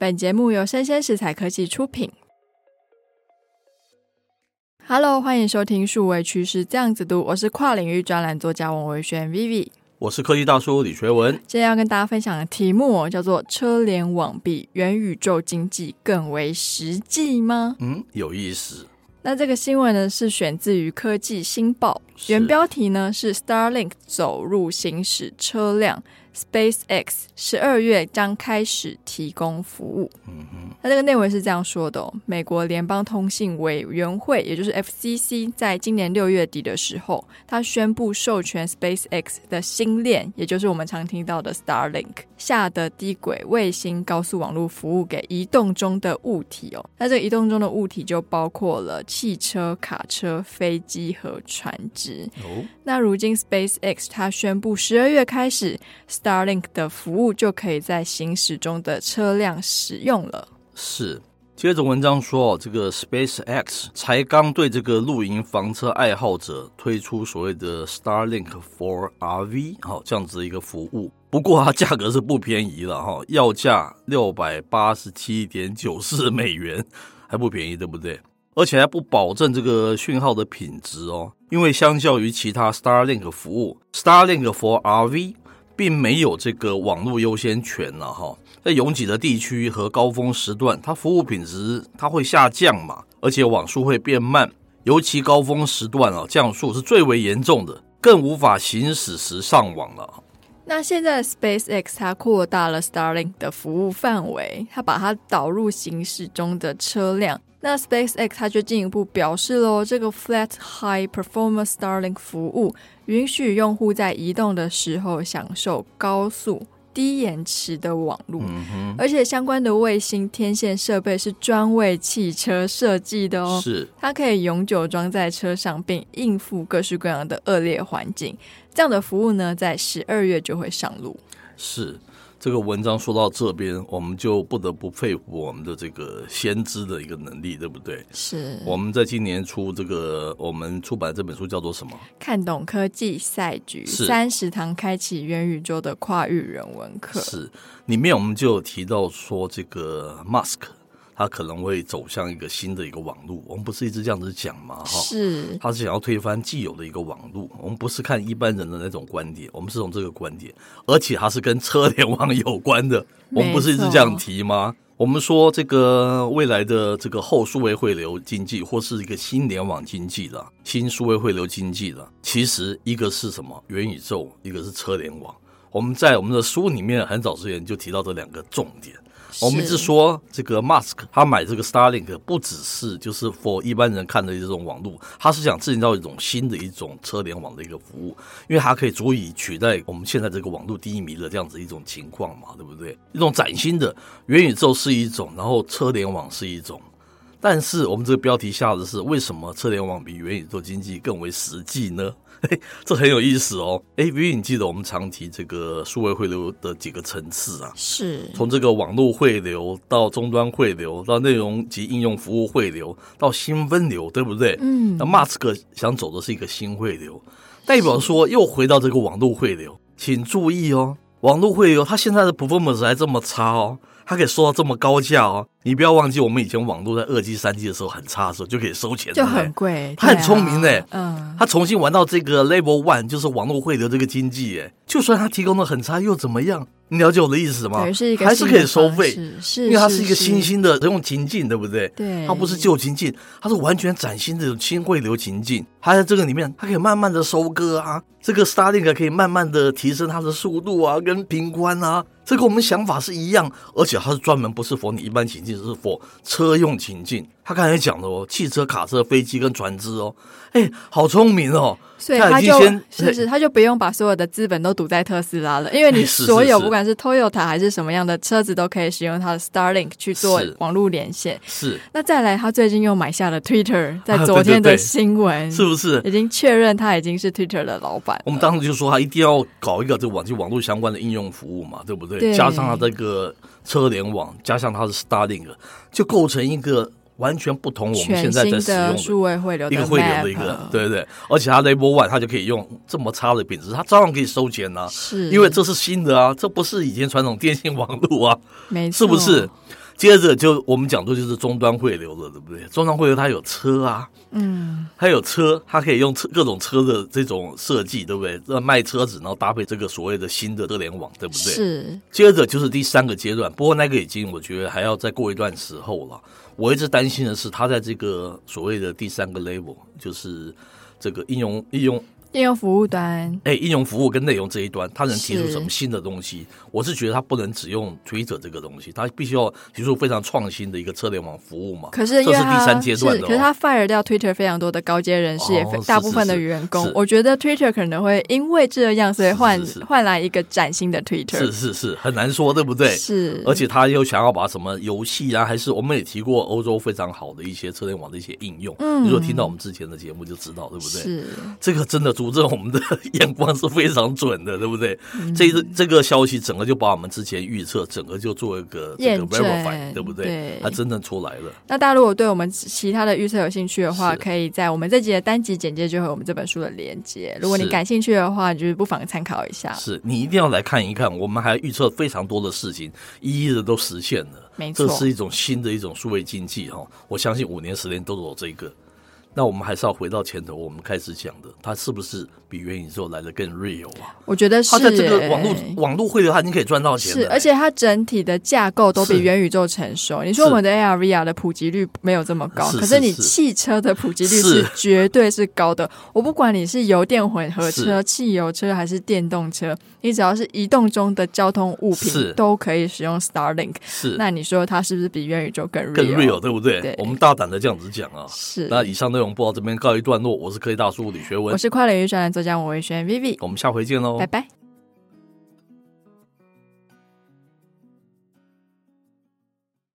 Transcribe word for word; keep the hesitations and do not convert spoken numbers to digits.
本节目由生鲜食材科技出品。Hello， 欢迎收听数位趋势这样子读，我是跨领域专栏作家王维轩 Vivi， 我是科技大叔李学文。 今天要跟大家分享的题目、哦、叫做车联网比元宇宙经济更为实际吗？ 嗯，有意思。 那这个新闻呢是选自于科技新报，原标题呢是 Starlink 走入行驶车辆， SpaceX 十二月将开始提供服务。嗯哼，那这个内文是这样说的、哦、美国联邦通信委员会也就是 F C C 在今年六月底的时候，他宣布授权 SpaceX 的星链，也就是我们常听到的 Starlink 下的低轨卫星高速网络服务给移动中的物体哦。那这个移动中的物体就包括了汽车、卡车、飞机和船只、哦、那如今 SpaceX 它宣布十二月开始 Starlink 的服务就可以在行驶中的车辆使用了。 是，接着文章说，这个 SpaceX 才刚对这个露营房车爱好者推出所谓的 Starlink for R V、哦、这样子的一个服务，不过它价格是不便宜了、哦、要价 六百八十七点九四美元，还不便宜对不对？而且还不保证这个讯号的品质哦，因为相较于其他 Starlink 服务， Starlink for R V 并没有这个网络优先权了、哦、在拥挤的地区和高峰时段，它服务品质它会下降嘛，而且网速会变慢，尤其高峰时段、哦、降速是最为严重的，更无法行驶时上网了。 那现在 SpaceX 它扩大了 Starlink 的服务范围，它把它导入行驶中的车辆。那 SpaceX 它就进一步表示咯，这个 Flat High Performance Starlink 服务允许用户在移动的时候享受高速低延迟的网路、嗯、而且相关的卫星天线设备是专为汽车设计的哦， 是它可以永久装在车上并应付各式各样的恶劣环境。这样的服务呢在十二月就会上路。 是，这个文章说到这边，我们就不得不佩服我们的这个先知的一个能力，对不对？ 是。我们在今年出这个，我们出版这本书叫做什么？ 看懂科技赛局，三十堂开启元宇宙的跨域人文课。 是，里面我们就有提到说，这个 Musk 他可能会走向一个新的一个网路，我们不是一直这样子讲吗？ 是， 他是想要推翻既有的一个网路，我们不是看一般人的那种观点，我们是从这个观点，而且它是跟车联网有关的，我们不是一直这样提吗？我们说这个未来的这个后数位汇流经济，或是一个新联网经济的新数位汇流经济的，其实一个是什么？元宇宙，一个是车联网。我们在我们的书里面很早之前就提到这两个重点。我们一直说这个 Musk 他买这个 Starlink 不只是就是 for 一般人看的这种网络，他是想制造一种新的一种车联网的一个服务，因为它可以足以取代我们现在这个网络低迷的这样子一种情况嘛，对不对？一种崭新的元宇宙是一种，然后车联网是一种。但是我们这个标题下的是为什么车联网比元宇宙经济更为实际呢？这很有意思哦。哎，比如你记得我们常提这个数位汇流的几个层次啊， 是从这个网络汇流到终端汇流，到内容及应用服务汇流，到新分流，对不对？嗯，那 Musk 想走的是一个新汇流，代表说又回到这个网络汇流。请注意哦，网络汇流它现在的 performance 还这么差哦，它可以收到这么高价哦。你不要忘记我们以前网络在二 G 三 G 的时候很差的时候就可以收钱， 就很贵。 他很聪明耶、 啊嗯、 他重新玩到这个 level one， 就是网络汇流这个经济耶，就算他提供的很差又怎么样？你了解我的意思吗？ 是一个还是可以收费， 是因为它是一个新兴的这种情境，对不对？ 对， 它不是旧情境，它是完全崭新的新汇流情境。它在这个里面，它可以慢慢的收割啊，这个 Starlink 可以慢慢的提升它的速度啊，跟频宽啊，这个我们想法是一样，而且它是专门不是 for 你一般情境，是 for 车用情境。他刚才讲的哦，汽车、卡车、飞机跟船只哦，哎，好聪明哦。 所以他就他是不是他就不用把所有的资本都赌在特斯拉了，因为你所有不管是 Toyota 还是什么样的车子都可以使用它的 Starlink 去做网络连线。 是。 那再来，他最近又买下了 Twitter， 在昨天的新闻、啊、对对对是不是已经确认他已经是 Twitter 的老板了？ 我们当时就说他一定要搞一个这个网际网络相关的应用服务嘛，对不对？ 对， 加上他这个车联网，加上他的 Starlink， 就构成一个完全不同我们现在在使用的数位汇流的一个汇流的一个，对对对，而且它 Level One 它就可以用这么差的品质，它照样可以收钱啊， 是因为这是新的啊，这不是以前传统电信网络啊， 没错， 是不是？ 接着就我们讲的就是终端汇流了，对不对？终端汇流它有车啊，嗯，它有车，它可以用车各种车的这种设计，对不对？卖车子，然后搭配这个所谓的新的车联网，对不对？ 是。 接着就是第三个阶段，不过那个已经我觉得还要再过一段时候了。我一直担心的是，它在这个所谓的第三个 level， 就是这个应用应用。 应用服务端， 哎，应用服务跟内容这一端，它能提出什么新的东西？我是觉得它不能只用 Twitter 这个东西，它必须要提出非常创新的一个车联网服务嘛。 可是因为这是第三阶段的、哦， 可是他 fire 掉 Twitter 非常多的高阶人士，也、哦、大部分的员工，我觉得 Twitter 可能会因为这样，所以换换来一个崭新的 Twitter。 是是是，很难说，对不对？ 是， 而且他又想要把什么游戏啊，还是我们也提过欧洲非常好的一些车联网的一些应用。嗯，如果听到我们之前的节目就知道，对不对？ 是， 这个真的主证我们的眼光是非常准的，对不对？嗯、这这个消息整个就把我们之前预测整个就做一个这个 verify， 对不对？对，它真的出来了。 那大家如果对我们其他的预测有兴趣的话，可以在我们这集的单集简介就会有我们这本书的连结。如果你感兴趣的话，就是不妨参考一下。 是你一定要来看一看，我们还预测非常多的事情，一一的都实现了。 没错， 这是一种新的一种数位经济哈，我相信五年十年都有这个。那我们还是要回到前头，我们开始讲的，它是不是比元宇宙来的更 real 啊？ 我觉得是， 它在这个网络网络汇流，它已经可以赚到钱了。 是，而且它整体的架构都比元宇宙成熟。你说我们的 A R V R 的普及率没有这么高， 是可是你汽车的普及率是绝对是高的。我不管你是油电混合车、汽油车还是电动车，你只要是移动中的交通物品，都可以使用 Starlink。 是， 那你说它是不是比元宇宙更 real？ 更 real， 对不对？对，我们大胆的这样子讲啊。 是。 那以上内容播到这边告一段落，我是科技大叔李学文， 我是跨领域专栏作家王维轩 Vivi， 我们下回见喽， 拜拜。